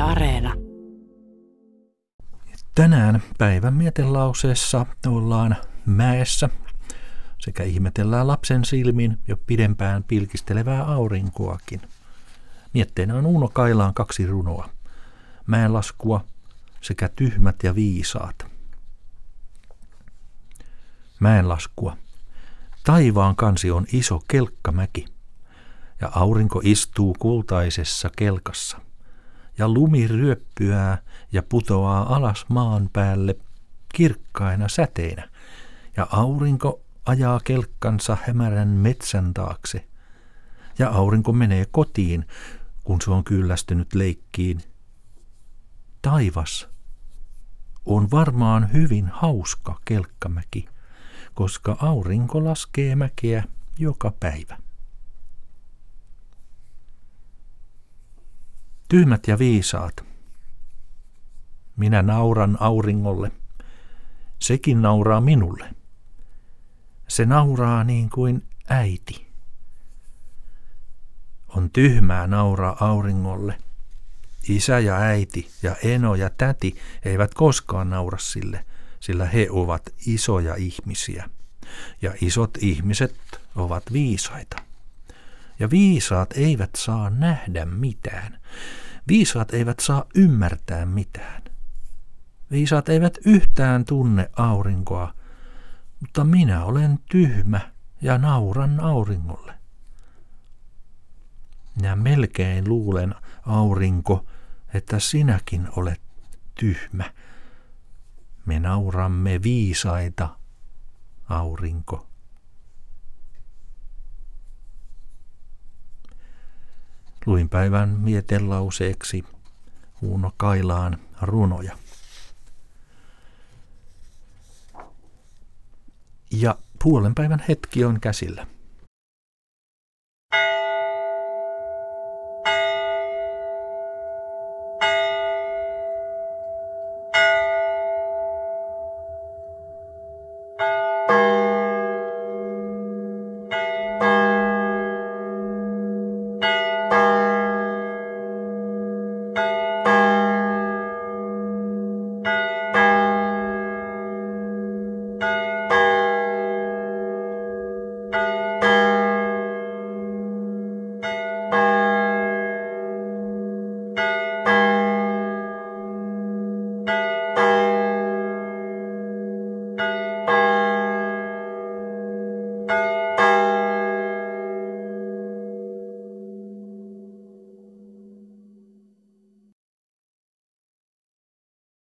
Areena. Tänään päivän mietelauseessa ollaan mäessä sekä ihmetellään lapsen silmin jo pidempään pilkistelevää aurinkoakin. Mietteenä on Uno Kailaan 2 runoa, mäenlaskua sekä tyhmät ja viisaat. Mäenlaskua. Taivaan kansi on iso kelkkamäki, ja aurinko istuu kultaisessa kelkassa, ja lumi ryöppyää ja putoaa alas maan päälle kirkkaina säteinä, ja aurinko ajaa kelkkansa hämärän metsän taakse, ja aurinko menee kotiin, kun se on kyllästynyt leikkiin. Taivas on varmaan hyvin hauska kelkkamäki, koska aurinko laskee mäkeä joka päivä. Tyhmät ja viisaat. Minä nauran auringolle. Sekin nauraa minulle. Se nauraa niin kuin äiti. On tyhmää nauraa auringolle. Isä ja äiti ja eno ja täti eivät koskaan naura sille, sillä he ovat isoja ihmisiä. Ja isot ihmiset ovat viisaita. Ja viisaat eivät saa nähdä mitään. Viisaat eivät saa ymmärtää mitään. Viisaat eivät yhtään tunne aurinkoa, mutta minä olen tyhmä ja nauran auringolle. Minä melkein luulen, aurinko, että sinäkin olet tyhmä. Me nauramme viisaita, aurinko. Luin päivän mietelauseeksi Uno Kailaan runoja. Ja puolen päivän hetki on käsillä.